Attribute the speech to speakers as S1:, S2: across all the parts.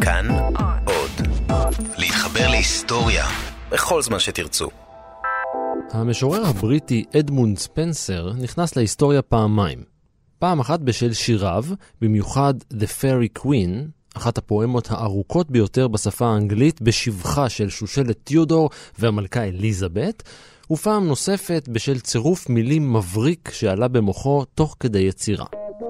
S1: כאן עוד. להתחבר להיסטוריה בכל זמן שתרצו.
S2: המשורר הבריטי אדמונד ספנסר נכנס להיסטוריה פעמיים. פעם אחת בשל שיריו, במיוחד The Fairy Queen, אחת הפואמות הארוכות ביותר בשפה האנגלית בשבחה של שושלת תיאודור והמלכה אליזבת, ופעם נוספת בשל צירוף מילים מבריק שעלה במוחו תוך כדי יצירה.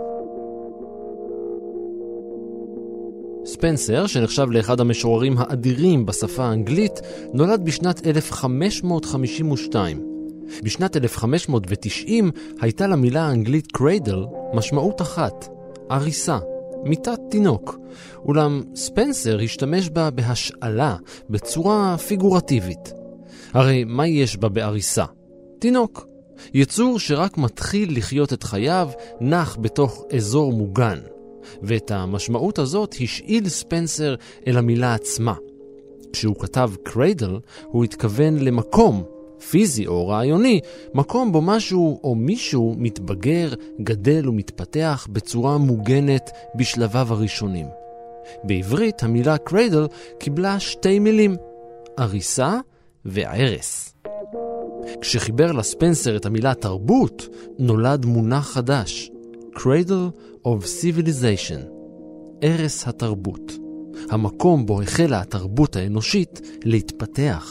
S2: ספנסר, שנחשב לאחד המשוררים האדירים בשפה האנגלית, נולד בשנת 1552. בשנת 1590 הייתה למילה האנגלית קריידל משמעות אחת, עריסה, מיטת תינוק. אולם ספנסר השתמש בה בהשאלה, בצורה פיגורטיבית. הרי מה יש בה בעריסה? תינוק. יצור שרק מתחיל לחיות את חייו, נח בתוך אזור מוגן. ואת המשמעות הזאת השאיל ספנסר אל המילה עצמה. כשהוא כתב קריידל, הוא התכוון למקום, פיזי או רעיוני, מקום בו משהו או מישהו מתבגר, גדל ומתפתח בצורה מוגנת בשלביו הראשונים. בעברית המילה קריידל קיבלה שתי מילים, עריסה וערס. כשחיבר לספנסר את המילה תרבות, נולד מונח חדש, Cradle of Civilization, ערש התרבות, המקום בו החלה התרבות האנושית להתפתח.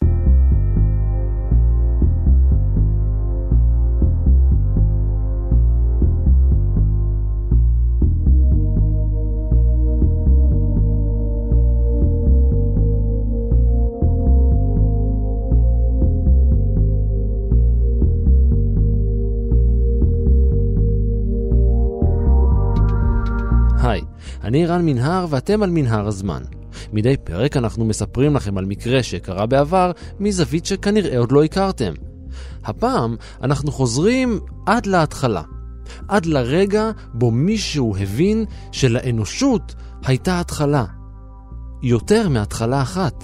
S2: היי, אני רן מנהר ואתם על מנהר הזמן. מדי פרק אנחנו מספרים לכם על מקרה שקרה בעבר מזווית שכנראה עוד לא הכרתם. הפעם אנחנו חוזרים עד להתחלה. עד לרגע בו מישהו הבין שלאנושות הייתה התחלה. יותר מהתחלה אחת.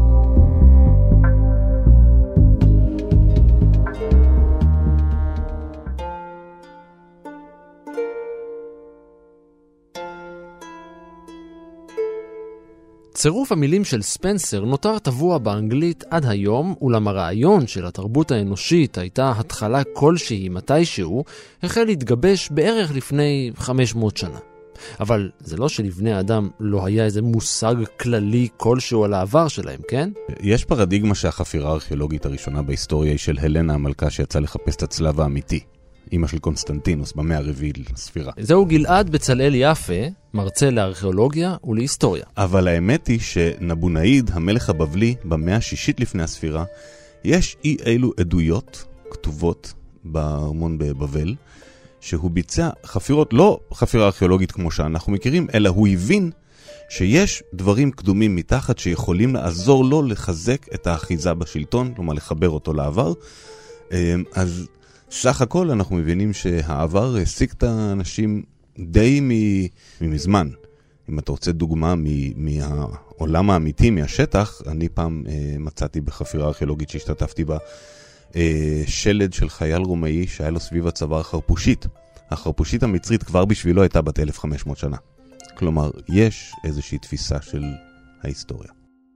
S2: צירוף המילים של ספנסר נותר טבוע באנגלית עד היום, אולם הרעיון של התרבות האנושית הייתה התחלה כלשהי מתישהו, החל להתגבש בערך לפני 500 שנה. אבל זה לא שלבני האדם לא היה איזה מושג כללי כלשהו על העבר שלהם, כן?
S3: יש פרדיגמה שהחפירה הארכיאולוגית הראשונה בהיסטוריה היא של הלנה המלכה שיצאה לחפש את הצלב האמיתי. אמא של קונסטנטינוס במאה הרביעית לספירה.
S2: זהו גלעד בצלאל יפה, מרצה לארכיאולוגיה ולהיסטוריה.
S3: אבל האמת היא שנבונאיד, המלך הבבלי, במאה השישית לפני הספירה, יש אי אילו עדויות כתובות בארמון בבבל, שהוא ביצע חפירות, לא חפירה ארכיאולוגית כמו שאנחנו מכירים, אלא הוא הבין שיש דברים קדומים מתחת שיכולים לעזור לו לחזק את האחיזה בשלטון, כלומר לחבר אותו לעבר. אז סך הכל אנחנו מבינים שהעבר העסיק את האנשים די מזמן. אם אתה רוצה דוגמה מהעולם האמיתי, מהשטח, אני פעם מצאתי בחפירה ארכיאולוגית שהשתתפתי בה, שלד של חייל רומאי שהיה לו סביב הצוואר חרפושית. החרפושית המצרית כבר בשבילו הייתה בת 1500 שנה. כלומר, יש איזושהי תפיסה של ההיסטוריה.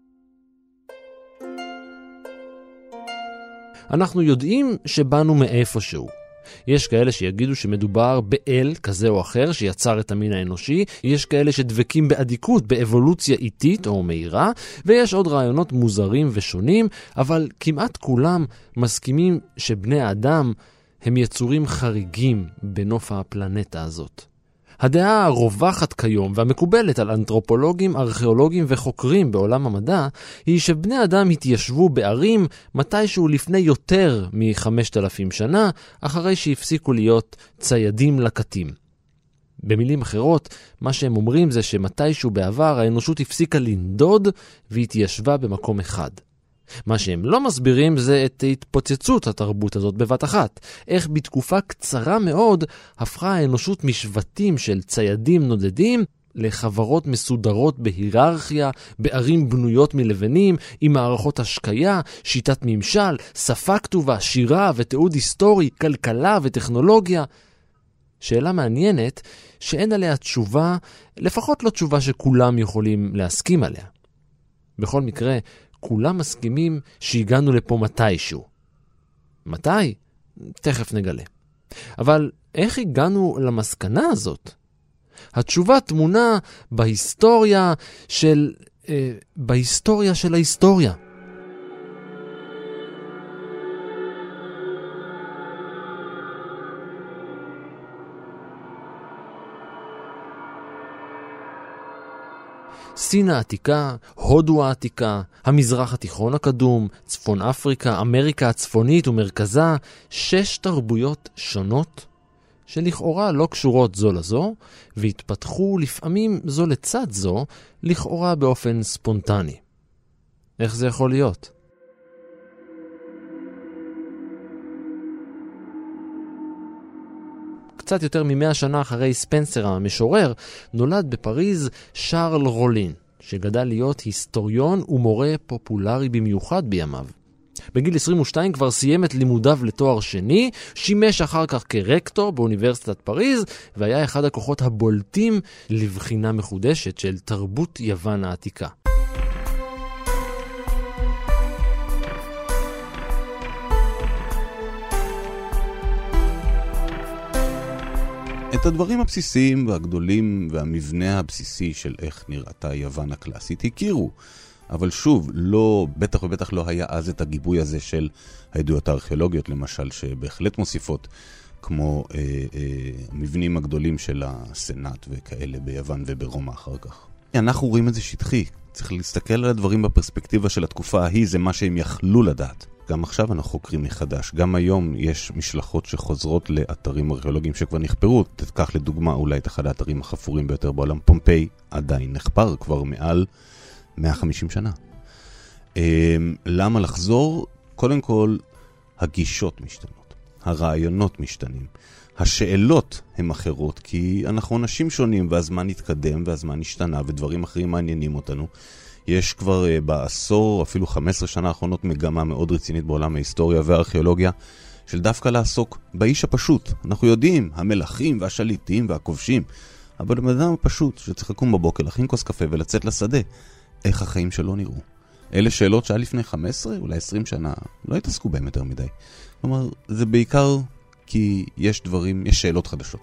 S2: אנחנו יודעים שבאנו מאיפשהו. יש כאלה שיגידו שמדובר באל כזה או אחר שיצר את המין האנושי, יש כאלה שדבקים באדיקות, באבולוציה איטית או מהירה, ויש עוד רעיונות מוזרים ושונים, אבל כמעט כולם מסכימים שבני האדם הם יצורים חריגים בנוף הפלנטה הזאת. הדעה הרווחת כיום והמקובלת על אנתרופולוגים, ארכיאולוגים וחוקרים בעולם המדע היא שבני אדם התיישבו בערים מתישהו לפני יותר מ-5,000 שנה, אחרי שהפסיקו להיות ציידים לקטים. במילים אחרות, מה שהם אומרים זה שמתישהו בעבר האנושות הפסיקה לנדוד והתיישבה במקום אחד. מה שהם לא מסבירים זה את התפוצצות התרבות הזאת בבת אחת. איך בתקופה קצרה מאוד הפכה האנושות משבטים של ציידים נודדים לחברות מסודרות בהיררכיה, בערים בנויות מלבנים, עם מערכות השקיה, שיטת ממשל, שפה כתובה, שירה ותיעוד היסטורי, כלכלה וטכנולוגיה. שאלה מעניינת שאין עליה תשובה, לפחות לא תשובה שכולם יכולים להסכים עליה. בכל מקרה, כולם מסכימים שהגענו לפה מתישהו. מתי? תכף נגלה. אבל איך הגענו למסקנה הזאת? התשובה תמונה בהיסטוריה של ההיסטוריה. סין העתיקה, הודו העתיקה, המזרח התיכון הקדום, צפון אפריקה, אמריקה הצפונית ומרכזה, 6 תרבויות שונות שלכאורה לא קשורות זו לזו, והתפתחו לפעמים זו לצד זו, לכאורה באופן ספונטני. איך זה יכול להיות? קצת יותר מ100 שנה אחרי ספנסר המשורר, נולד בפריז שרל רולין, שגדל להיות היסטוריון ומורה פופולרי במיוחד בימיו. בגיל 22 כבר סיים את לימודיו לתואר שני, שימש אחר כך כרקטור באוניברסיטת פריז, והיה אחד הכוחות הבולטים לבחינה מחודשת של תרבות יוון העתיקה.
S3: את הדברים הבסיסיים והגדולים והמבנה הבסיסי של איך נראתה יוון הקלאסית הכירו. אבל שוב, בטח ובטח לא היה אז את הגיבוי הזה של העדויות הארכיאולוגיות, למשל, שבהחלט מוסיפות, כמו המבנים הגדולים של הסנאט וכאלה ביוון וברומא אחר כך. אנחנו רואים את זה שטחי. צריך להסתכל על הדברים בפרספקטיבה של התקופה ההיא, זה מה שהם יכלו לדעת. גם עכשיו אנחנו חוקרים מחדש. גם היום יש משלחות שחוזרות לאתרים ארכיאולוגיים שכבר נחפרו. תקח לדוגמה אולי את אחד האתרים החפורים ביותר בעולם, פומפיי, עדיין נחפר כבר מעל 150 שנה. למה לחזור? קודם כל, הגישות משתנות, הרעיונות משתנים, השאלות הן אחרות, כי אנחנו אנשים שונים והזמן התקדם והזמן השתנה ודברים אחרים מעניינים אותנו. יש כבר בעשור, אפילו 15 שנה האחרונות, מגמה מאוד רצינית בעולם ההיסטוריה והארכיאולוגיה, של דווקא לעסוק באיש הפשוט. אנחנו יודעים, המלכים והשליטים והכובשים, אבל המדם הפשוט שצריך לקום בבוקר, להכין כוס קפה ולצאת לשדה, איך החיים שלו נראו. אלה שאלות שהיה לפני 15, אולי 20 שנה, לא התעסקו בהם יותר מדי. כלומר, זה בעיקר כי יש שאלות חדשות.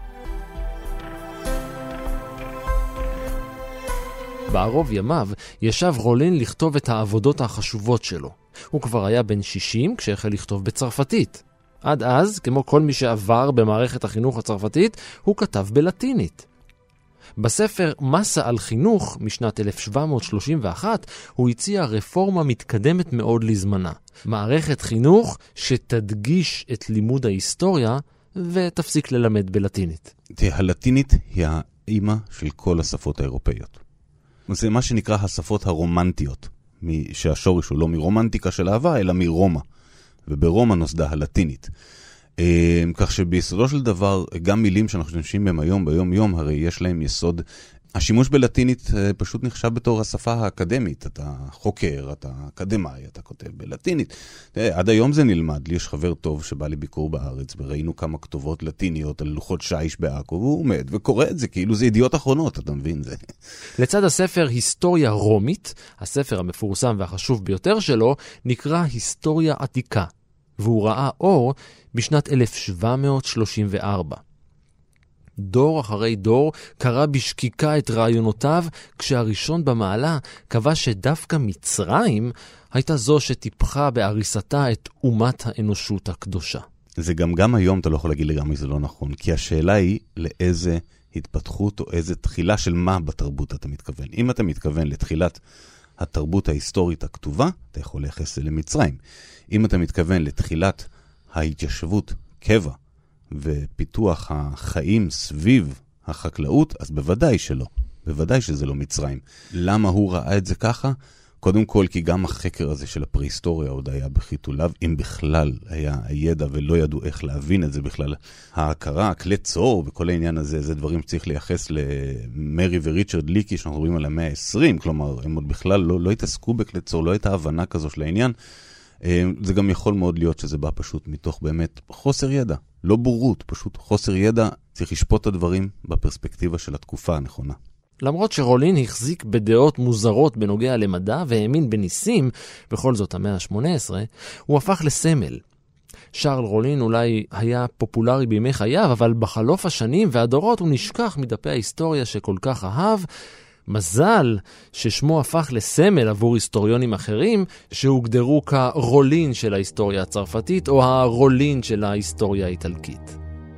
S2: בערוב ימיו ישב רולין לכתוב את העבודות החשובות שלו. הוא כבר היה בן 60 כשהחל לכתוב בצרפתית. עד אז, כמו כל מי שעבר במערכת החינוך הצרפתית, הוא כתב בלטינית. בספר מסה על חינוך משנת 1731 הוא הציע רפורמה מתקדמת מאוד לזמנה. מערכת חינוך שתדגיש את לימוד ההיסטוריה ותפסיק ללמד בלטינית.
S3: הלטינית היא האמא של כל השפות האירופאיות. זה מה שנקרא השפות הרומנטיות, שהשורש הוא לא מרומנטיקה של אהבה, אלא מרומא. וברומא נוסדה הלטינית. כך שביסודו של דבר, גם מילים שאנחנו משתמשים בהם היום, ביום יום, הרי יש להם יסוד. השימוש בלטינית פשוט נחשב בתור השפה האקדמית. אתה חוקר, אתה אקדמאי, אתה כותב בלטינית. עד היום זה נלמד. לי יש חבר טוב שבא לביקור בארץ, וראינו כמה כתובות לטיניות על לוחות שיש בעכו, והוא עומד וקורא את זה, כאילו זה ידיעות אחרונות, אתה מבין זה.
S2: לצד הספר היסטוריה רומית, הספר המפורסם והחשוב ביותר שלו, נקרא היסטוריה עתיקה, והוא ראה אור בשנת 1734. דור אחרי דור קרא בשקיקה את רעיונותיו, כשהראשון במעלה קבע שדווקא מצרים הייתה זו שטיפחה בהריסתה את אומת האנושות הקדושה.
S3: זה גם היום אתה לא יכול להגיד לגמרי זה לא נכון, כי השאלה היא לאיזה התפתחות או איזה תחילה של מה בתרבות אתה מתכוון. אם אתה מתכוון לתחילת התרבות ההיסטורית הכתובה, אתה יכול לייחס למצרים. אם אתה מתכוון לתחילת ההתיישבות קבע, ופיתוח החיים סביב החקלאות, אז בוודאי שלא. בוודאי שזה לא מצרים. למה הוא ראה את זה ככה? קודם כל, כי גם החקר הזה של הפרה-היסטוריה עוד היה בחיתוליו, אם בכלל היה הידע ולא ידעו איך להבין את זה בכלל. ההכרה, כלי צור וכל העניין הזה, זה דברים שצריך לייחס למרי וריצ'רד ליקי, שאנחנו רואים על המאה ה-20, כלומר, הם עוד בכלל לא התעסקו בכלי צור, לא הייתה הבנה כזו של העניין. זה גם יכול מאוד להיות שזה בא פשוט מתוך באמת חוסר ידע. לא בורות, פשוט חוסר ידע, צריך לשפוט את הדברים בפרספקטיבה של התקופה הנכונה.
S2: למרות שרולין החזיק בדעות מוזרות בנוגע למדע והאמין בניסים, בכל זאת המאה ה-18, הוא הפך לסמל. שרל רולין אולי היה פופולרי בימי חייו, אבל בחלוף השנים והדורות הוא נשכח מדפי ההיסטוריה שכל כך אהב. מזל ששמו הפך לסמל עבור היסטוריונים אחרים שהוגדרו כרולין של ההיסטוריה הצרפתית או הרולין של ההיסטוריה האיטלקית.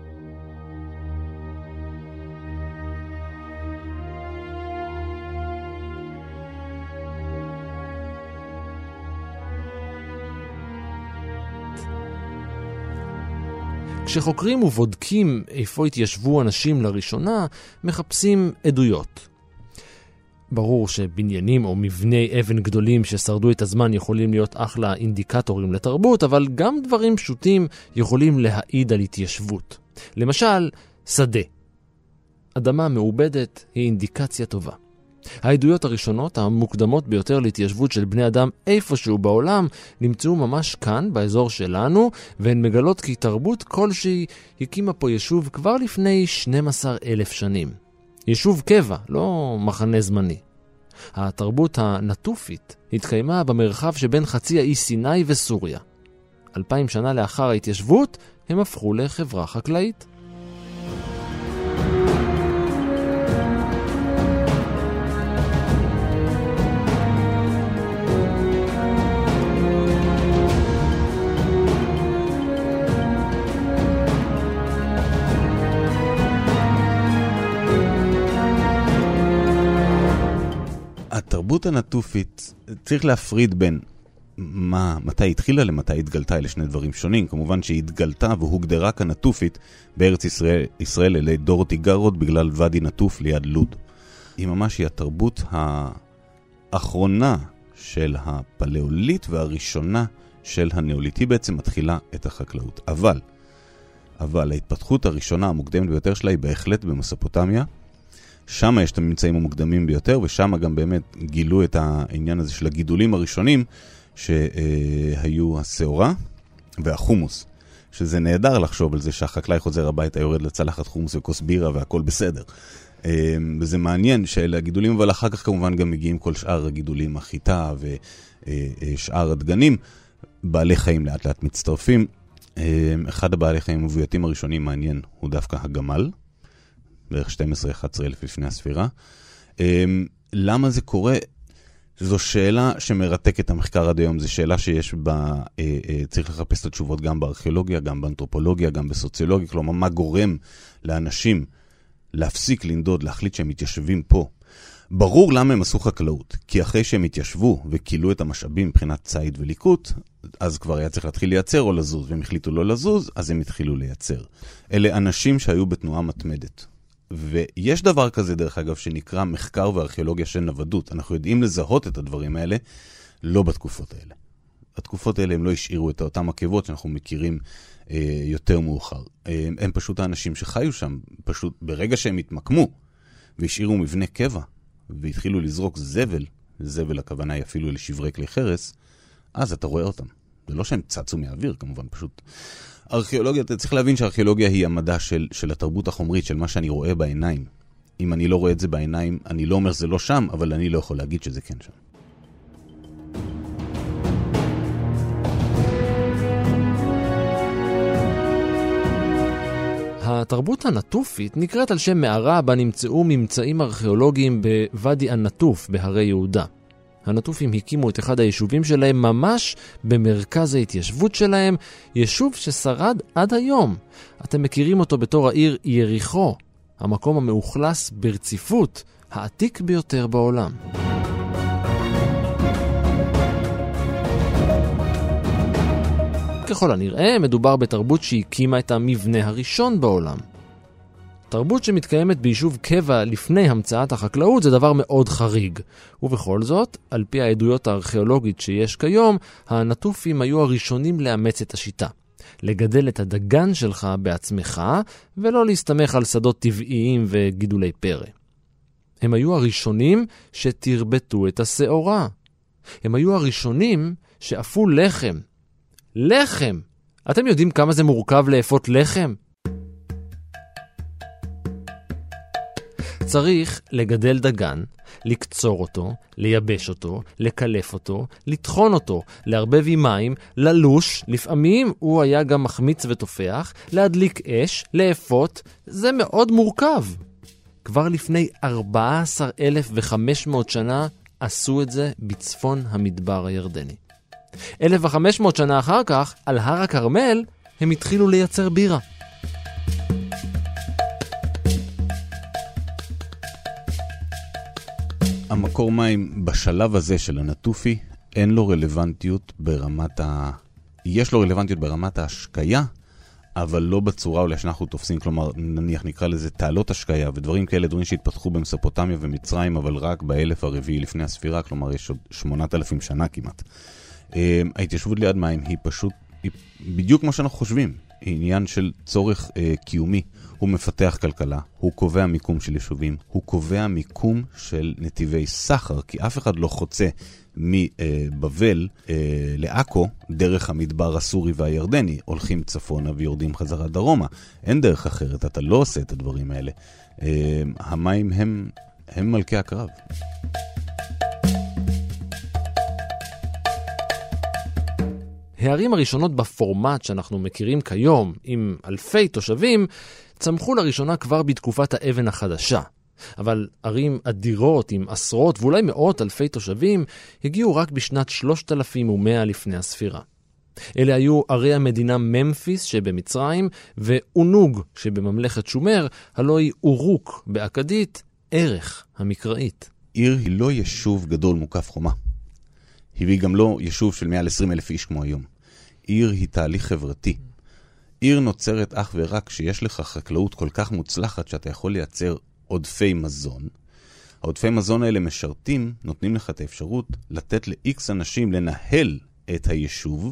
S2: כשחוקרים ובודקים איפה התיישבו אנשים לראשונה, מחפשים עדויות. ברור שבניינים או מבני אבן גדולים ששרדו את הזמן יכולים להיות אחלה אינדיקטורים לתרבות, אבל גם דברים פשוטים יכולים להעיד על התיישבות. למשל, שדה. אדמה מעובדת היא אינדיקציה טובה. העדויות הראשונות, המוקדמות ביותר להתיישבות של בני אדם איפשהו בעולם, נמצאו ממש כאן, באזור שלנו, והן מגלות כי תרבות כלשהי הקימה פה יישוב כבר לפני 12,000 שנים. יישוב קבע, לא מחנה זמני. התרבות הנטופית התקיימה במרחב שבין חצי האי סיני וסוריה. 2000 שנה לאחר ההתיישבות, הם הפכו לחברה חקלאית.
S3: התרבות הנטופית, צריך להפריד בין מתי התחילה למתי התגלתה, אלה שני דברים שונים. כמובן שהיא התגלתה והוגדרה כנטופית בארץ ישראל אלי דורותי גארוד בגלל ואדי נטוף ליד לוד. היא ממש היא התרבות האחרונה של הפלאוליט והראשונה של הנאוליט. היא בעצם מתחילה את החקלאות. אבל ההתפתחות הראשונה המוקדמת ביותר שלה היא בהחלט במסופוטמיה. שם יש את הממצאים המוקדמים ביותר, ושם גם באמת גילו את העניין הזה של הגידולים הראשונים, שהיו השעורה והחומוס. שזה נהדר לחשוב על זה שהחקלאי חוזר הביתה, יורד לצלחת חומוס וכוס בירה והכל בסדר. וזה מעניין שאלה הגידולים, אבל אחר כך כמובן גם מגיעים כל שאר הגידולים, החיטה ושאר הדגנים. בעלי חיים לאט לאט מצטרפים. אחד הבעלי חיים המבויתים הראשונים מעניין הוא דווקא הגמל. בערך 12-11 אלף לפני הספירה. למה זה קורה? זו שאלה שמרתקת את המחקר עד היום. זו שאלה שיש בה, צריך לחפש את התשובות גם בארכיאולוגיה, גם באנתרופולוגיה, גם בסוציולוגיה. כלומר, מה גורם לאנשים להפסיק לנדוד, להחליט שהם מתיישבים פה? ברור למה הם עשו חקלאות. כי אחרי שהם התיישבו וקילו את המשאבים מבחינת ציד וליקוט, אז כבר היה צריך להתחיל לייצר או לזוז, והם החליטו לא לזוז, אז הם התחילו לייצר. אלה אנשים שהיו בתנועה מתמדת. ויש דבר כזה דרך אגב שנקרא מחקר וארכיאולוגיה של נוודות. אנחנו יודעים לזהות את הדברים האלה, לא בתקופות האלה. התקופות האלה הם לא השאירו את אותם עקבות שאנחנו מכירים יותר מאוחר. הם פשוט האנשים שחיו שם, פשוט ברגע שהם התמקמו והשאירו מבנה קבע והתחילו לזרוק זבל הכוונה היא אפילו לשברי כלי חרס, אז אתה רואה אותם. זה לא שהם צצו מהאוויר כמובן, פשוט ארכיאולוגיה, אתה צריך להבין שהארכיאולוגיה היא המדע של התרבות החומרית, של מה שאני רואה בעיניים. אם אני לא רואה את זה בעיניים, אני לא אומר שזה לא שם, אבל אני לא יכול להגיד שזה כן שם.
S2: התרבות הנטופית נקראת על שם מערה בה נמצאו ממצאים ארכיאולוגיים בוואדי הנטוף בהרי יהודה. הנטופים הקימו את אחד היישובים שלהם ממש במרכז ההתיישבות שלהם, יישוב ששרד עד היום. אתם מכירים אותו בתור העיר יריחו, המקום המאוכלס ברציפות, העתיק ביותר בעולם. ככל הנראה מדובר בתרבות שהקימה את המבנה הראשון בעולם. תרבות שמתקיימת ביישוב קבע לפני המצאת החקלאות זה דבר מאוד חריג. ובכל זאת, על פי העדויות הארכיאולוגית שיש כיום, הנטופים היו הראשונים לאמץ את השיטה. לגדל את הדגן שלך בעצמך, ולא להסתמך על שדות טבעיים וגידולי פרא. הם היו הראשונים שתרבטו את השעורה. הם היו הראשונים שאפו לחם. לחם! אתם יודעים כמה זה מורכב לאפות לחם? צריך לגדל דגן, לקצור אותו, לייבש אותו, לקלף אותו, לטחון אותו, לערבב עם מים, ללוש, לפעמים הוא היה גם מחמיץ ותופח, להדליק אש, לאפות, זה מאוד מורכב. כבר לפני 14,500 שנה עשו את זה בצפון המדבר הירדני. 1,500 שנה אחר כך, על הר הכרמל, הם התחילו לייצר בירה.
S3: המקור מים בשלב הזה של הנטופי, אין לו רלוונטיות ברמת יש לו רלוונטיות ברמת ההשקיה, אבל לא בצורה אולי שאנחנו תופסים, כלומר, נניח נקרא לזה תעלות השקיה, ודברים כאלה, דברים שהתפתחו במסופוטמיה ומצרים, אבל רק באלף הרביעי לפני הספירה, כלומר, יש עוד 8,000 שנה כמעט. ההתיישבות ליד מים היא פשוט, היא בדיוק כמו שאנחנו חושבים, היא עניין של צורך קיומי. הוא מפתח כלכלה, הוא קובע מיקום של יישובים, הוא קובע מיקום של נתיבי סחר, כי אף אחד לא חוצה מבבל לעכו דרך המדבר הסורי והירדני, הולכים צפונה ויורדים חזרה דרומה. אין דרך אחרת, אתה לא עושה את הדברים האלה. המים הם מלכי הקרב.
S2: הערים הראשונות בפורמט שאנחנו מכירים כיום, עם אלפי תושבים, צמחו לראשונה כבר בתקופת האבן החדשה. אבל ערים אדירות עם עשרות ואולי מאות אלפי תושבים הגיעו רק בשנת 3100 לפני הספירה. אלה היו ערי המדינה ממפיס שבמצרים ואונוג שבממלכת שומר, הלוא היא אורוק באקדית, ערך המקראית.
S3: עיר היא לא יישוב גדול מוקף חומה. היא גם לא יישוב של 120,000 איש כמו היום. עיר היא תהליך חברתי. עיר נוצרת אך ורק שיש לך חקלאות כל כך מוצלחת שאתה יכול לייצר עודפי מזון. העודפי מזון האלה משרתים, נותנים לך את האפשרות לתת ל-X אנשים לנהל את היישוב,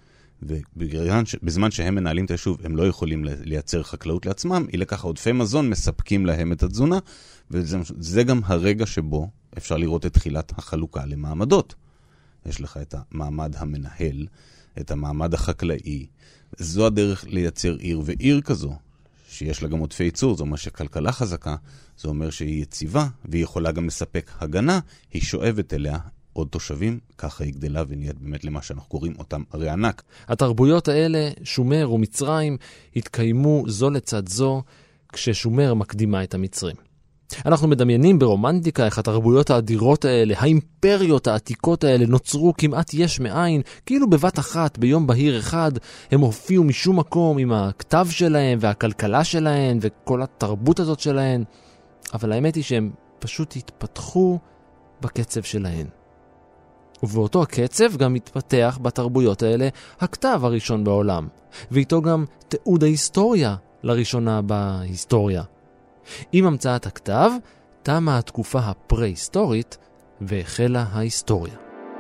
S3: ובזמן שהם מנהלים את היישוב הם לא יכולים לייצר חקלאות לעצמם, היא לקחה עודפי מזון, מספקים להם את התזונה, וזה גם הרגע שבו אפשר לראות את תחילת החלוקה למעמדות. יש לך את המעמד המנהל, את המעמד החקלאי. זו הדרך לייצר עיר, ועיר כזו, שיש לה גם עודפי ייצור, זו אומר שכלכלה חזקה, זה אומר שהיא יציבה, והיא יכולה גם לספק הגנה, היא שואבת אליה עוד תושבים, ככה היא גדלה ונהיית באמת למה שאנחנו קוראים אותם ערי ענק.
S2: התרבויות האלה, שומר ומצרים, התקיימו זו לצד זו, כששומר מקדימה את המצרים. אנחנו מדמיינים ברומנטיקה איך התרבויות האדירות האלה, האימפריות העתיקות האלה נוצרו כמעט יש מאין, כאילו בבת אחת, ביום בהיר אחד, הם הופיעו משום מקום עם הכתב שלהם והכלכלה שלהם וכל התרבות הזאת שלהם, אבל האמת היא שהם פשוט התפתחו בקצב שלהם. ובאותו הקצב גם התפתח בתרבויות האלה הכתב הראשון בעולם, ואיתו גם תיעוד ההיסטוריה לראשונה בהיסטוריה. עם המצאת הכתב, תמה התקופה הפרה-היסטורית והחלה ההיסטוריה.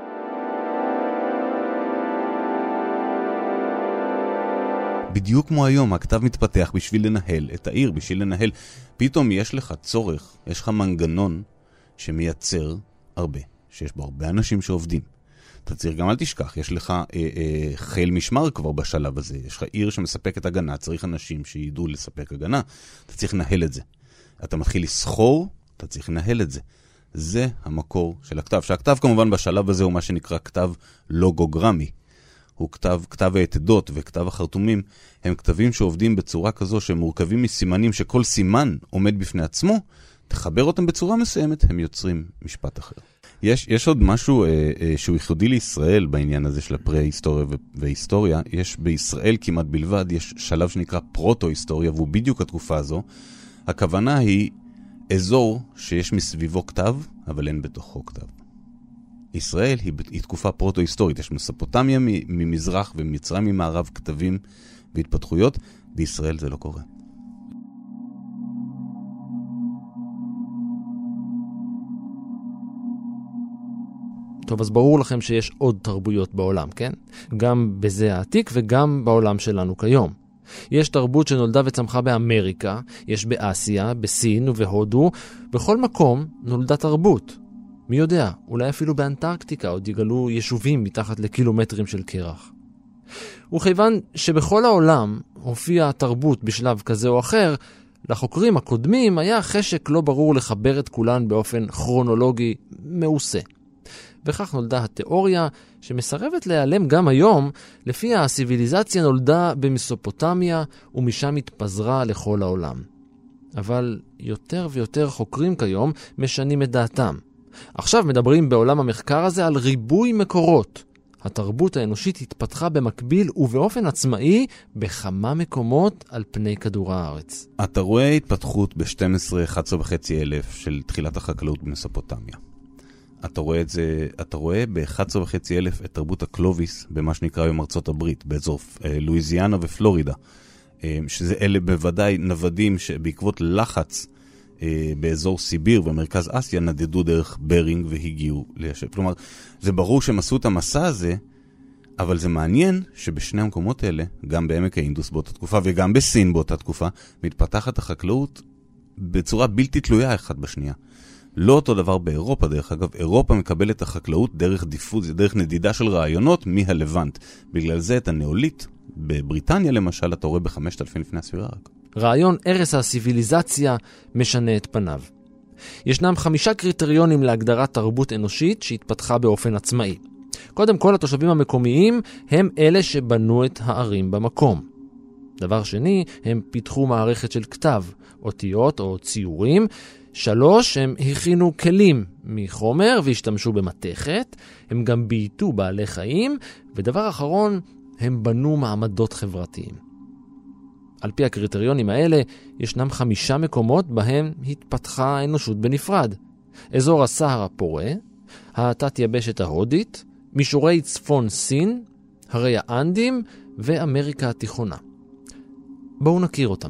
S3: בדיוק כמו היום, הכתב מתפתח בשביל לנהל את העיר, בשביל לנהל. פתאום יש לך צורך, יש לך מנגנון שמייצר הרבה, שיש בו הרבה אנשים שעובדים. אתה צריך גם אל תשכח, יש לך חיל משמר כבר בשלב הזה, יש לך עיר שמספקת הגנה, צריך אנשים שידעו לספק הגנה, אתה צריך לנהל את זה. אתה מתחיל לסחור, אתה צריך לנהל את זה. זה המקור של הכתב. שהכתב כמובן בשלב הזה הוא מה שנקרא כתב לוגוגרמי. הוא כתב העתדות וכתב החרטומים, הם כתבים שעובדים בצורה כזו שהם מורכבים מסימנים שכל סימן עומד בפני עצמו, תחבר אותם בצורה מסוימת, הם יוצרים משפט אחר. יש עוד משהו שהוא ייחודי לישראל בעניין הזה של הפרה-היסטוריה והיסטוריה. יש בישראל כמעט בלבד, יש שלב שנקרא פרוטו-היסטוריה, והוא בדיוק התקופה הזו. הכוונה היא אזור שיש מסביבו כתב, אבל אין בתוכו כתב. ישראל היא תקופה פרוטו-היסטורית. יש מסופוטמיה ממזרח ומצרים ממערב כתבים והתפתחויות. בישראל זה לא קורה.
S2: טוב, אז ברור לכם שיש עוד תרבויות בעולם, כן? גם בזה העתיק וגם בעולם שלנו כיום. יש תרבות שנולדה וצמחה באמריקה, יש באסיה, בסין ובהודו, בכל מקום נולדה תרבות. מי יודע, אולי אפילו באנטרקטיקה עוד יגלו יישובים מתחת לקילומטרים של קרח. וכיוון שבכל העולם הופיעה התרבות בשלב כזה או אחר, לחוקרים הקודמים היה חשק לא ברור לחבר את כולן באופן כרונולוגי מעושה. וכך נולדה התיאוריה שמסרבת להיעלם גם היום, לפי הסיביליזציה נולדה במסופוטמיה ומשם התפזרה לכל העולם. אבל יותר ויותר חוקרים כיום משנים את דעתם. עכשיו מדברים בעולם המחקר הזה על ריבוי מקורות. התרבות האנושית התפתחה במקביל ובאופן עצמאי בכמה מקומות על פני כדור הארץ.
S3: אתה רואה התפתחות ב-11,500 של תחילת החקלאות במסופוטמיה. אתה רואה ב-11,500 את תרבות הקלוביס במה שנקרא היום ארצות הברית, באזור לואיזיאנה ופלורידה. שזה אלה בוודאי נוודים שבעקבות לחץ באזור סיביר ומרכז אסיה נדדו דרך ברינג והגיעו ליישב. כלומר, זה ברור שהם עשו את המסע הזה, אבל זה מעניין שבשני המקומות האלה, גם בעמק האינדוס באותה תקופה וגם בסין באותה תקופה, מתפתחת החקלאות בצורה בלתי תלויה אחת בשנייה. לא אותו דבר באירופה, דרך אגב. אירופה מקבלת את החקלאות דרך דיפוזיה, דרך נדידה של רעיונות מהלבנט. בגלל זה את הנאוליט, בבריטניה למשל, אתה רואה ב-5,000 לפני הספירה רק.
S2: רעיון ערש הסיביליזציה משנה את פניו. ישנם 5 קריטריונים להגדרת תרבות אנושית שהתפתחה באופן עצמאי. קודם כל, התושבים המקומיים הם אלה שבנו את הערים במקום. דבר שני, הם פיתחו מערכת של כתב, אותיות או ציורים. 3, הם הכינו כלים מחומר והשתמשו במתכת. הם גם בייתו בעלי חיים. ודבר אחרון, הם בנו מעמדות חברתיים. על פי הקריטריונים האלה, ישנם 5 מקומות בהם התפתחה האנושות בנפרד. אזור הסהר הפורה, התת יבשת ההודית, מישורי צפון סין, הרי האנדים ואמריקה התיכונה. בואו נכיר אותם.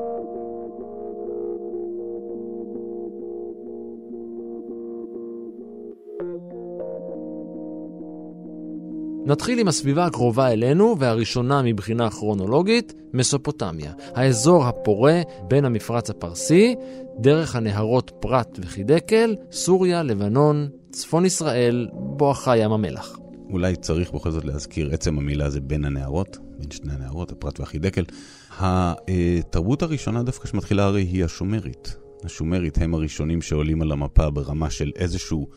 S2: נתחיל עם הסביבה הקרובה אלינו, והראשונה מבחינה כרונולוגית, מסופוטמיה. האזור הפורה בין המפרץ הפרסי, דרך הנהרות פרת וחידקל, סוריה, לבנון, צפון ישראל, בואכה ים המלח.
S3: אולי צריך בכל זאת להזכיר עצם המילה הזה בין הנהרות, בין שני הנהרות, הפרת והחידקל. התרבות הראשונה דווקא שמתחילה הרי היא השומרית. השומרית הם הראשונים שעולים על המפה ברמה של איזשהו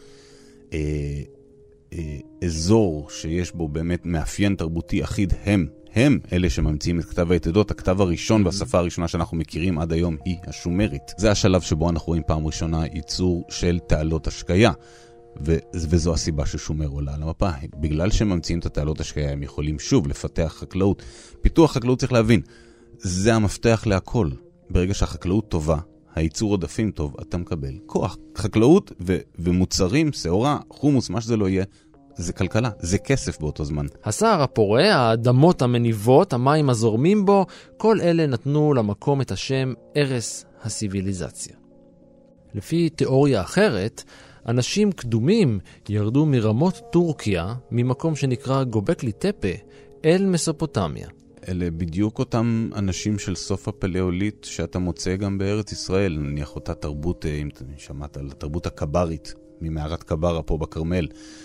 S3: אזור שיש בו באמת מאפיין תרבותי אחיד. הם אלה שממציאים את כתב היתדות. הכתב הראשון והשפה הראשונה שאנחנו מכירים עד היום היא השומרית. זה השלב שבו אנחנו רואים פעם ראשונה ייצור של תעלות השקיה. וזו הסיבה ששומר עולה על המפה. בגלל שממציאים את התעלות השקיה הם יכולים שוב לפתח חקלאות. פיתוח חקלאות צריך להבין, זה המפתח להכל. ברגע שהחקלאות טובה, הייצור עודפים טוב, אתה מקבל כוח. חקלאות ומוצרים, שעורה, חומוס, מה שזה לא יהיה, זה כלכלה, זה כסף באותו זמן.
S2: הסהר הפורה, האדמות המניבות, המים הזורמים בו, כל אלה נתנו למקום את השם ערש הסיביליזציה. לפי תיאוריה אחרת, אנשים קדומים ירדו מרמות טורקיה, ממקום שנקרא גובקלי טפה, אל מסופוטמיה.
S3: אלה בדיוק אותם אנשים של סוף הפלאוליט שאתה מוצא גם בארץ ישראל. נניח אותה תרבות, אם שמעת על התרבות הקברית, ממערת קברה פה בקרמל.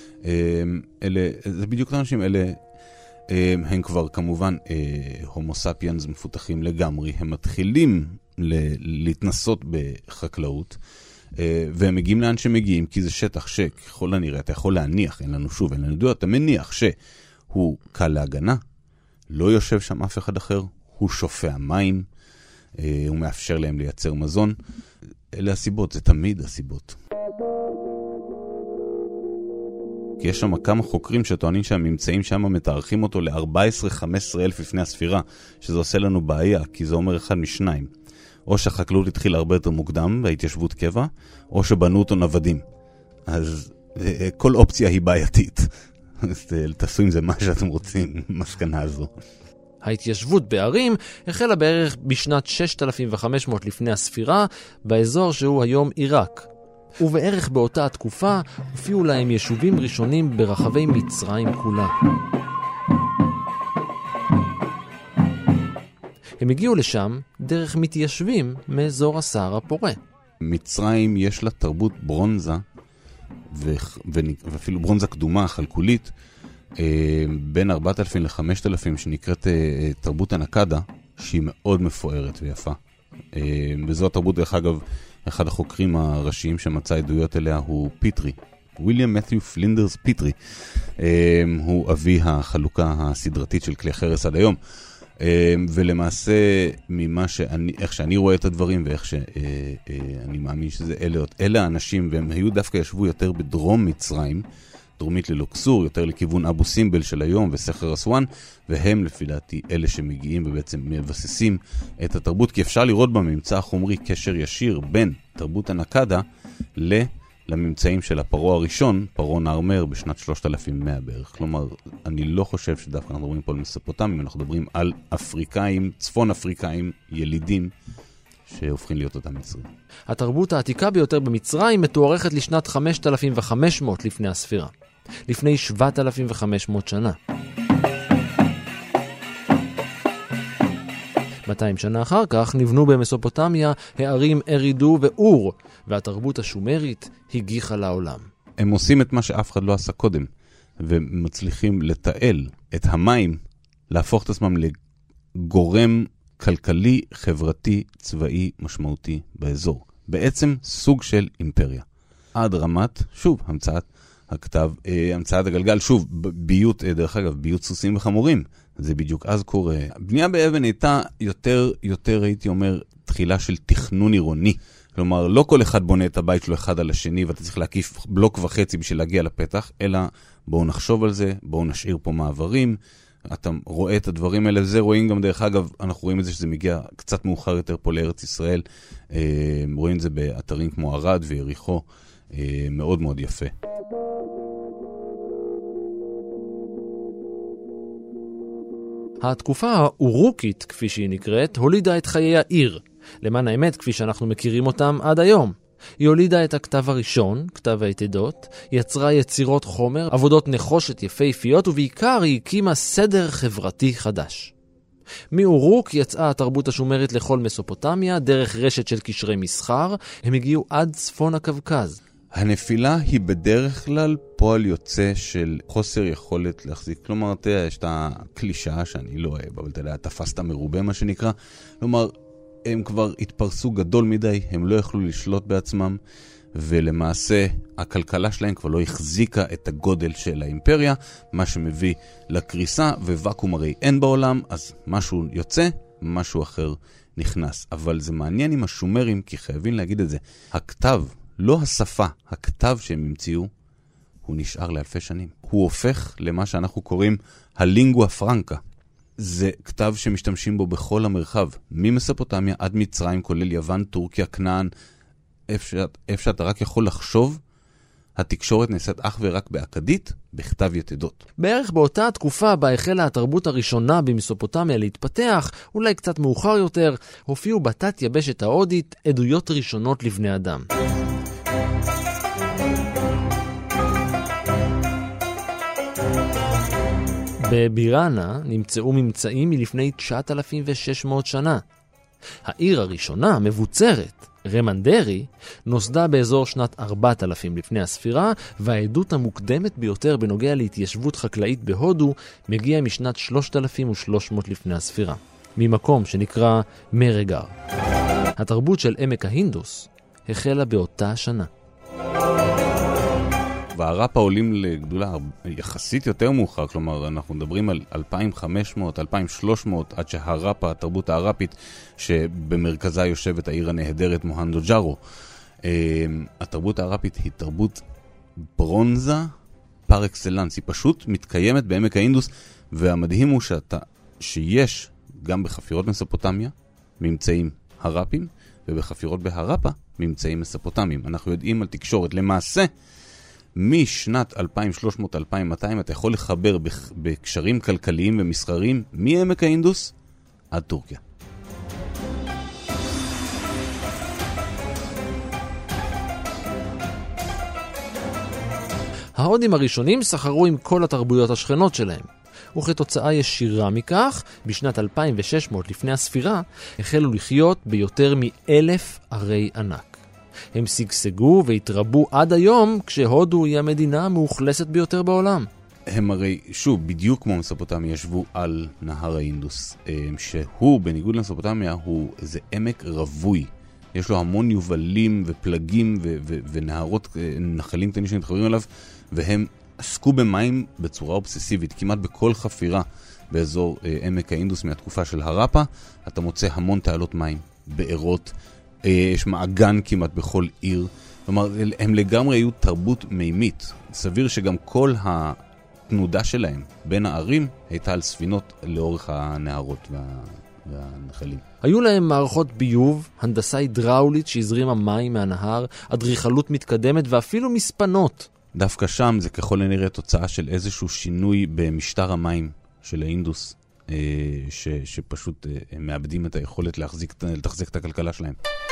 S3: זה בדיוק אותם אנשים, אלה הם כבר כמובן הומו ספיאנס מפותחים לגמרי. הם מתחילים להתנסות בחקלאות, והם מגיעים לאן שמגיעים, כי זה שטח שככל הנראה אתה יכול להניח, אין לנו עדויות, אתה מניח שהוא קל להגנה, לא יושב שם אף אחד אחר, הוא שופע מים, הוא מאפשר להם לייצר מזון. אלה הסיבות, זה תמיד הסיבות. כי יש שם כמה חוקרים שטוענים שהממצאים שם מתארכים אותו ל-14-15 אלף לפני הספירה, שזה עושה לנו בעיה, כי זה אומר אחד משניים. או שהחקלאות התחילה הרבה יותר מוקדם, בהתיישבות קבע, או שבנו אותו נוודים. אז כל אופציה היא בעייתית. אז תעשו עם זה מה שאתם רוצים, מסקנה הזו.
S2: ההתיישבות בערים החלה בערך בשנת 6500 לפני הספירה, באזור שהוא היום עיראק. ובערך באותה התקופה הופיעו להם יישובים ראשונים ברחבי מצרים כולה. הם הגיעו לשם דרך מתיישבים מאזור הסהר הפורה.
S3: מצרים יש לה תרבות ברונזה, ואפילו ברונזה קדומה, חלקולית, בין 4,000 ל-5,000 שנקראת תרבות הנקדה, שהיא מאוד מפוארת ויפה. וזו התרבות, דרך אגב, אחד החוקרים הראשיים שמצא עדויות אליה הוא פיטרי. וויליאם מת'יו פלינדרס פיטרי. הוא אבי החלוקה הסדרתית של כלי חרס עד היום. ולמעשה, איך שאני רואה את הדברים ואיך שאני מאמין שזה אלה האנשים, והם היו דווקא ישבו יותר בדרום מצרים, דרומית ללוקסור, יותר לכיוון אבו סימבל של היום וסחר אסואן, והם לפי דעתי אלה שמגיעים ובעצם מבססים את התרבות, כי אפשר לראות בממצא החומרי קשר ישיר בין תרבות הנקדה לממצאים של הפרעה הראשון, פרעה נארמר בשנת 3100 בערך. כלומר, אני לא חושב שדווקא אנחנו מדברים פה על מסופוטמים, אנחנו מדברים על אפריקאים, צפון אפריקאים, ילידים, שהופכים להיות אותם מצרים.
S2: התרבות העתיקה ביותר במצרים מתוארכת לשנת 5500 לפני הספירה, לפני 7,500 שנה. 200 שנה אחר כך נבנו במסופוטמיה הערים ארידו ואור, והתרבות השומרית הגיחה לעולם.
S3: הם עושים את מה שאף אחד לא עשה קודם, ומצליחים לתעל את המים, להפוך את עצמם לגורם כלכלי, חברתי, צבאי, משמעותי באזור. בעצם סוג של אימפריה. עד רמת, שוב, המצאת הכתב, המצאת הגלגל, שוב, ביות, דרך אגב, ביות סוסים וחמורים. זה בדיוק אז קורה. בנייה באבן הייתה יותר הייתי אומר, תחילה של תכנון עירוני. כלומר, לא כל אחד בונה את הבית שלו אחד על השני, ואתה צריך להקיף בלוק וחצי בשביל להגיע לפתח, אלא בואו נחשוב על זה, בואו נשאיר פה מעברים. אתה רואה את הדברים האלה, זה רואים גם דרך אגב, אנחנו רואים את זה שזה מגיע קצת מאוחר יותר פה לארץ ישראל, רואים את זה באתרים כמו ערד ויריחו, מאוד מאוד יפה.
S2: התקופה האורוקית, כפי שהיא נקראת, הולידה את חיי העיר, למען האמת כפי שאנחנו מכירים אותם עד היום. היא הולידה את הכתב הראשון, כתב היתדות, יצרה יצירות חומר, עבודות נחושת יפהפיות, ובעיקר היא הקימה סדר חברתי חדש. מאורוק יצאה התרבות השומרית לכל מסופוטמיה, דרך רשת של קשרי מסחר, הם הגיעו עד צפון הקווקז.
S3: הנפילה היא בדרך כלל פועל יוצא של חוסר יכולת להחזיק. כלומר, יש את הקלישה שאני לא אוהב, אבל אתה יודע, תפסת מרובה מה שנקרא. כלומר, הם כבר התפרסו גדול מדי, הם לא יכלו לשלוט בעצמם, ולמעשה הכלכלה שלהם כבר לא החזיקה את הגודל של האימפריה, מה שמביא לקריסה, וואקום הרי אין בעולם, אז משהו יוצא, משהו אחר נכנס. אבל זה מעניין עם השומרים, כי חייבים להגיד את זה. הכתב, לא השפה, הכתב שהם המציאו, הוא נשאר לאלפי שנים. הוא הופך למה שאנחנו קוראים הלינגua פרנקה. זה כתב שמשתמשים בו בכל המרחב, ממסופוטמיה עד מצרים, כולל יוון, טורקיה, כנען, איפה שאתה רק יכול לחשוב, התקשורת נעשית אך ורק באקדית, בכתב יתדות.
S2: בערך באותה התקופה בה החלה התרבות הראשונה במסופוטמיה להתפתח, אולי קצת מאוחר יותר, הופיעו בתת יבשת ההודית עדויות ראשונות לבני אדם. בביראנה נמצאו ממצאים מלפני 9,600 שנה. העיר הראשונה, מבוצרת, רמנדרי, נוסדה באזור שנת 4,000 לפני הספירה, והעדות המוקדמת ביותר בנוגע להתיישבות חקלאית בהודו מגיעה משנת 3,300 לפני הספירה, ממקום שנקרא מרגר. התרבות של עמק ההינדוס החלה באותה שנה.
S3: והרפה עולים לגדולה יחסית יותר מאוחר, כלומר אנחנו מדברים על 2,500, 2,300, עד שהרפה, התרבות הערפית, שבמרכזה יושבת העיר הנהדרת מוהנדו ג'ארו. התרבות הערפית היא תרבות ברונזה פר אקסלנס, היא פשוט מתקיימת בעמק האינדוס, והמדהים הוא שיש גם בחפירות מסופוטמיה ממצאים הרפים, ובחפירות בהרפה ממצאים מסופוטמיים. אנחנו יודעים על תקשורת. למעשה, משנת 2300-2200 אתה יכול לחבר בקשרים כלכליים ומסחריים מעמק האינדוס עד טורקיה.
S2: ההודים הראשונים סחרו עם כל התרבויות השכנות שלהם, וכתוצאה ישירה מכך, בשנת 2600 לפני הספירה, החלו לחיות ביותר מ1,000 ערי ענק. הם סגסגו והתרבו עד היום, כשהודו היא המדינה המאוכלסת ביותר בעולם.
S3: הם הרי, שוב, בדיוק כמו מסופוטמיה, ישבו על נהר האינדוס, שהוא, בניגוד למסופוטמיה, זה עמק רווי. יש לו המון יובלים ופלגים ונהרות, נחלים קטנים שמתחברים אליו, והם עסקו במים בצורה אובססיבית. כמעט בכל חפירה באזור עמק האינדוס מהתקופה של הרפה, אתה מוצא המון תעלות מים, בארות, יש מעגן כמעט בכל עיר. כלומר, הם לגמרי היו תרבות מימית. סביר שגם כל התנודה שלהם בין הערים הייתה על ספינות לאורך הנהרות והנחלים.
S2: היו להם מערכות ביוב, הנדסה הידראולית שהזרימה מים מהנהר, אדריכלות מתקדמת ואפילו מספנות.
S3: דווקא שם זה ככל הנראה תוצאה של איזשהו שינוי במשטר המים של האינדוס, שפשוט הם מאבדים את היכולת לתחזק את הכלכלה שלהם.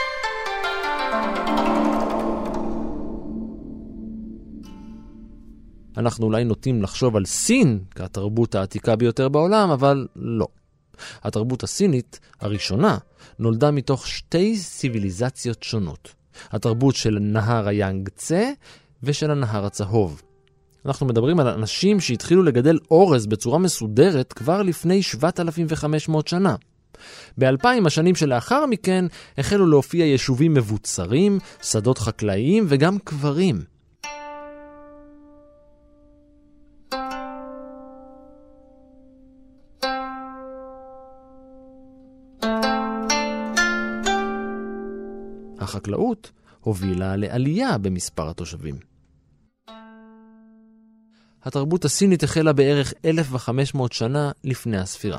S2: אנחנו אולי נוטים לחשוב על סין כתרבות העתיקה ביותר בעולם, אבל לא. התרבות הסינית הראשונה נולדה מתוך שתי סיביליזציות שונות. התרבות של נהר היאנגצה ושל הנהר הצהוב. אנחנו מדברים על אנשים שהתחילו לגדל אורז בצורה מסודרת כבר לפני 7,500 שנה. ב-2000 השנים שלאחר מכן החלו להופיע יישובים מבוצרים, שדות חקלאיים וגם קברים. החקלאות הובילה לעלייה במספר התושבים. התרבות הסינית החלה בערך 1,500 שנה לפני הספירה.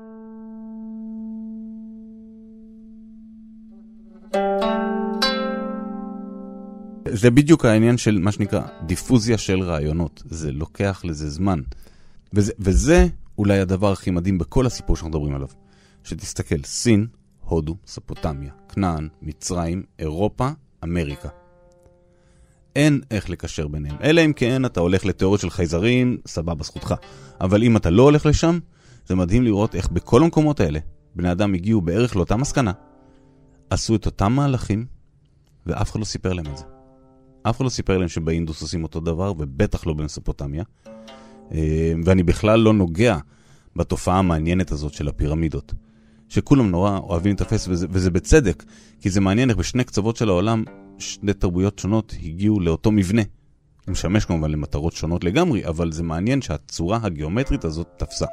S3: זה בדיוק העניין של מה שנקרא דיפוזיה של רעיונות. זה לוקח לזה זמן. וזה אולי הדבר הכי מדהים בכל הסיפור שאנחנו מדברים עליו. שתסתכל, סין, הודו, מסופוטמיה, כנען, מצרים, אירופה, אמריקה. אין איך לקשר ביניהם. אלא אם כן אתה הולך לתיאוריות של חייזרים, סבבה זכותך. אבל אם אתה לא הולך לשם, זה מדהים לראות איך בכל המקומות האלה, בני אדם הגיעו בערך לאותה מסקנה, עשו את אותם מהלכים, ואף אחד לא סיפר להם את זה. אף אחד לא סיפר להם שבאינדוס עושים אותו דבר, ובטח לא במסופוטמיה. ואני בכלל לא נוגע בתופעה המעניינת הזאת של הפירמידות. שכולם נורא אוהבים לתפס, וזה בצדק, כי זה מעניין איך בשני קצוות של העולם, שני תרבויות שונות הגיעו לאותו מבנה. זה משמש כמובן למטרות שונות לגמרי, אבל זה מעניין שהצורה הגיאומטרית הזאת תפסה.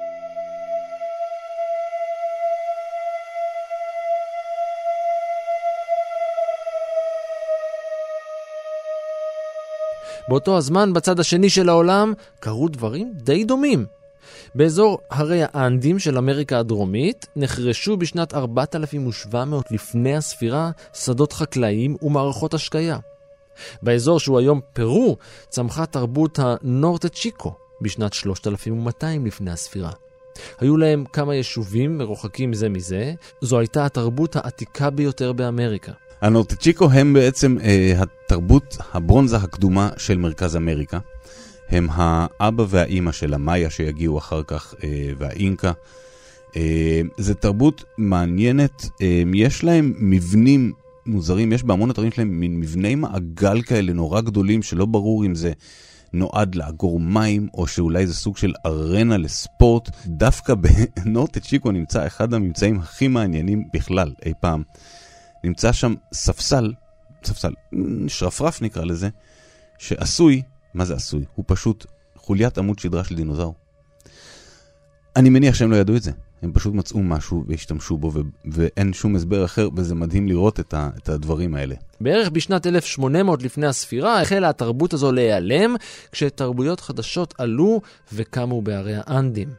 S2: באותו הזמן, בצד השני של העולם, קרו דברים די דומים. באזור הרי האנדים של אמריקה הדרומית נחרשו בשנת 4,700 לפני הספירה שדות חקלאיים ומערכות השקיה. באזור שהוא היום פרו צמחה תרבות הנורטה צ'יקו בשנת 3,200 לפני הספירה. היו להם כמה יישובים מרוחקים זה מזה. זו הייתה התרבות העתיקה ביותר באמריקה.
S3: הנורטה צ'יקו הם בעצם התרבות הברונזה הקדומה של מרכז אמריקה. הם האבא והאימא של המאיה שיגיעו אחר כך, והאינקה. זה תרבות מעניינת, יש להם מבנים מוזרים, יש בהמון אתרים שלהם מבני מעגל כאלה נורא גדולים, שלא ברור אם זה נועד לאגור מים, או שאולי זה סוג של ארנה לספורט. דווקא בנורטה צ'יקו נמצא אחד הממצאים הכי מעניינים בכלל אי פעם. נמצא שם ספסל, שרפרף נקרא לזה, שעשוי, מה זה עשוי? הוא פשוט חוליית עמוד שדרה של דינוזאור. אני מניח שהם לא ידעו את זה. הם פשוט מצאו משהו והשתמשו בו, ואין שום הסבר אחר, וזה מדהים לראות את הדברים האלה.
S2: בערך בשנת 1800 לפני הספירה החלה התרבות הזו להיעלם, כשתרבויות חדשות עלו וקמו בערי האנדים.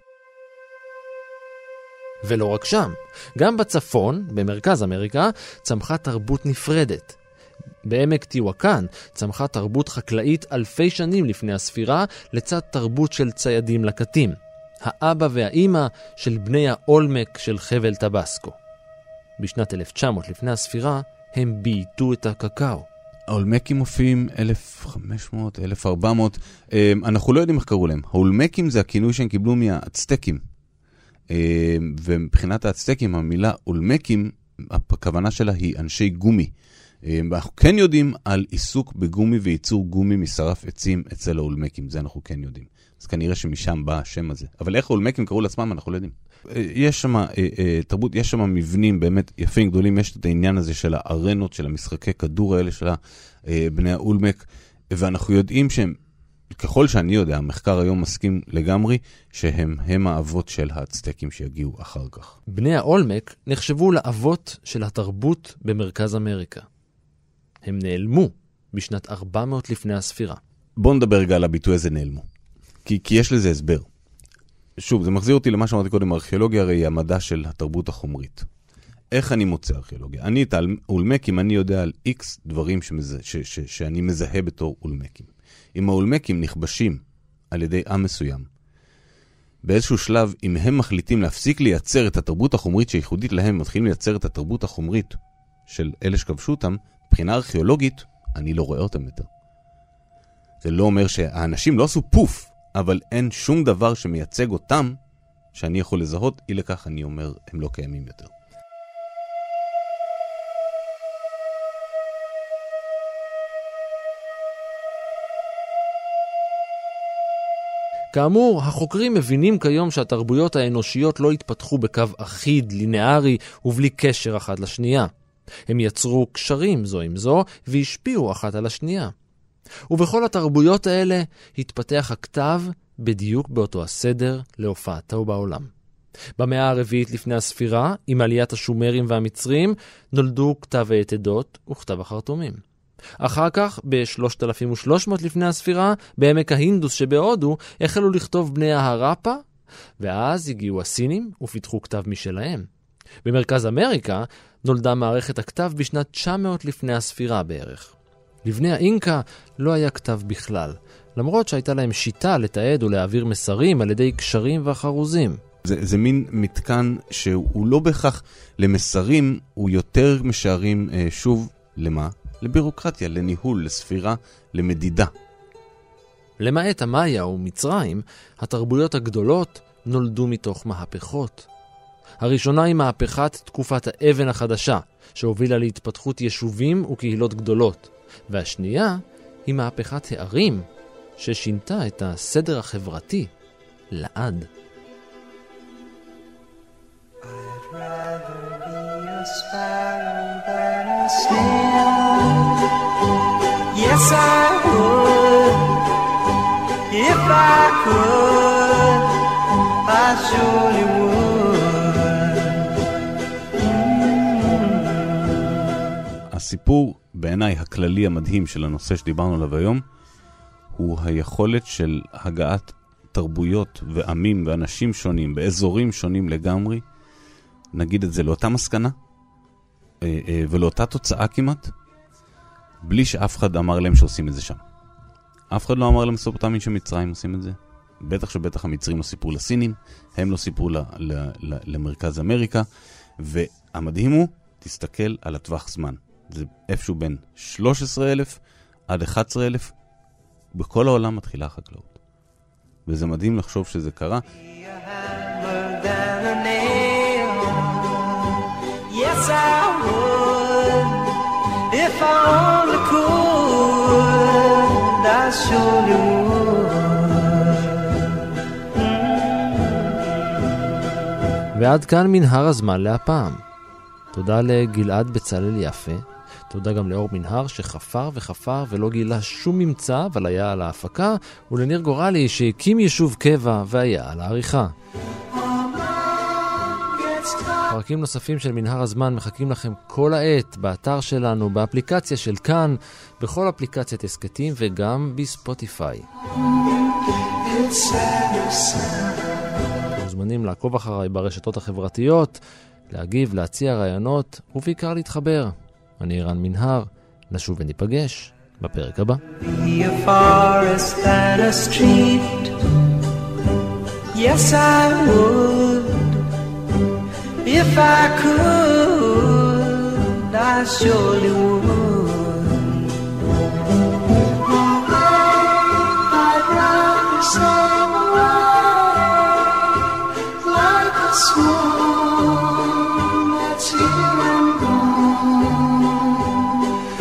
S2: ולא רק שם, גם בצפון, במרכז אמריקה, צמחה תרבות נפרדת. בעמק טיוואקן צמחה תרבות חקלאית אלפי שנים לפני הספירה, לצד תרבות של ציידים לקטים. האבא והאימא של בני האולמק של חבל טבסקו. בשנת 1900 לפני הספירה הם בייתו את הקקאו.
S3: האולמקים מופיעים 1500, 1400, אנחנו לא יודעים איך קראו להם. האולמקים זה הכינוי שהם קיבלו מהאצטקים. ומבחינת האצטקים המילה אולמקים, הכוונה שלה היא אנשי גומי. אנחנו כן יודעים על עיסוק בגומי וייצור גומי משרף עצים אצל האולמקים, זה אנחנו כן יודעים. אז כנראה שמשם בא השם הזה. אבל איך האולמקים קראו לעצמם, אנחנו לא יודעים. יש שם תרבות, יש שם מבנים באמת יפים גדולים, יש את העניין הזה של הארנות, של המשחקי כדור האלה של בני האולמק, ואנחנו יודעים שהם, ככל שאני יודע, המחקר היום מסכים לגמרי, שהם האבות של האצטקים שיגיעו אחר כך.
S2: בני האולמק נחשבו לאבות של התרבות במרכז אמריקה. הם נעלמו בשנת 400 לפני הספירה.
S3: בואו נדבר רגע על הביטוי הזה נעלמו. כי יש לזה הסבר. שוב, זה מחזיר אותי למה שאמרתי קודם, ארכיאולוגיה הרי היא המדע של התרבות החומרית. איך אני מוצא ארכיאולוגיה? אני את האולמקים, אני יודע על איקס דברים שאני מזהה בתור אולמקים. אם האולמקים נכבשים על ידי עם מסוים, באיזשהו שלב, אם הם מחליטים להפסיק לייצר את התרבות החומרית שייחודית להם, מתחילים לייצר את התרבות החומרית של אלה שכבשו אותם, מבחינה ארכיאולוגית, אני לא רואה אותם יותר. זה לא אומר שהאנשים לא עשו פוף, אבל אין שום דבר שמייצג אותם שאני יכול לזהות, אי לכך אני אומר, הם לא קיימים יותר.
S2: כאמור, החוקרים מבינים כיום שהתרבויות האנושיות לא התפתחו בקו אחיד, לינארי ובלי קשר אחת לשנייה. הם יצרו קשרים זו עם זו והשפיעו אחת על השנייה. ובכל התרבויות האלה התפתח הכתב בדיוק באותו הסדר להופעתו בעולם. במאה הרביעית לפני הספירה, עם עליית השומרים והמצרים, נולדו כתב היתדות וכתב החרטומים. אחר כך, ב-3300 לפני הספירה, בעמק ההינדוס שבהודו, החלו לכתוב בני ההראפה, ואז הגיעו הסינים ופיתחו כתב משלהם. במרכז אמריקה נולדה מערכת הכתב בשנת 900 לפני הספירה בערך. לבני האינקה לא היה כתב בכלל, למרות שהייתה להם שיטה לתעד ולהעביר מסרים על ידי קשרים וחרוזים.
S3: זה מין מתקן שהוא לא בהכרח למסרים, הוא יותר משערים שוב למה? לבירוקרטיה, לניהול, לספירה, למדידה.
S2: למעט המאיה ומצרים, התרבויות הגדולות נולדו מתוך מהפכות. הראשונה היא מהפכת תקופת האבן החדשה, שהובילה להתפתחות יישובים וקהילות גדולות. והשנייה היא מהפכת הערים, ששינתה את הסדר החברתי לעד.
S4: I'd rather be a sparrow than a snail. Yes, I would. If I could, I surely would.
S3: הסיפור בעיניי הכללי המדהים של הנושא שדיברנו עליו היום, הוא היכולת של הגעת תרבויות ועמים ואנשים שונים באזורים שונים לגמרי, נגיד את זה לאותה מסקנה ולאותה תוצאה כמעט, בלי שאף אחד אמר להם שעושים את זה שם. אף אחד לא אמר למסופוטמים שמצרים עושים את זה. בטח שבטח המצרים לא סיפרו לסינים, הם לא סיפרו למרכז אמריקה, והמדהים הוא, תסתכל על הטווח זמן. זה איפשהו בין 13,000 עד 11,000, בכל העולם מתחילה החקלאות. וזה מדהים לחשוב שזה קרה.
S4: Yes, I would. If I only could, I surely would.
S2: ועד כאן מנהר הזמן להפעם. תודה לגלעד בצלאל יפה. תודה גם לאור מנהר שחפר וחפר ולא גילה שום ממצא, אבל היה על ההפקה, ולניר גורלי שהקים יישוב קבע והיה על העריכה. פרקים נוספים של מנהר הזמן מחכים לכם כל העת באתר שלנו, באפליקציה של כאן, בכל אפליקציית הסקטים וגם בספוטיפיי. מוזמנים לעקוב אחריי ברשתות החברתיות, להגיב, להציע רעיונות ובעיקר להתחבר. אני אירן מנהר, נשוב וניפגש בפרק הבא.
S4: Be a forest and a street. Yes, I would. If I could, I surely would. I'd rather sail away like a swan that's here and gone.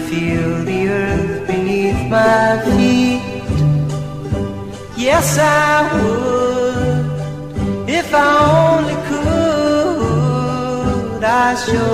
S4: feel the earth beneath my feet. Yes, I would, if I only could. I sure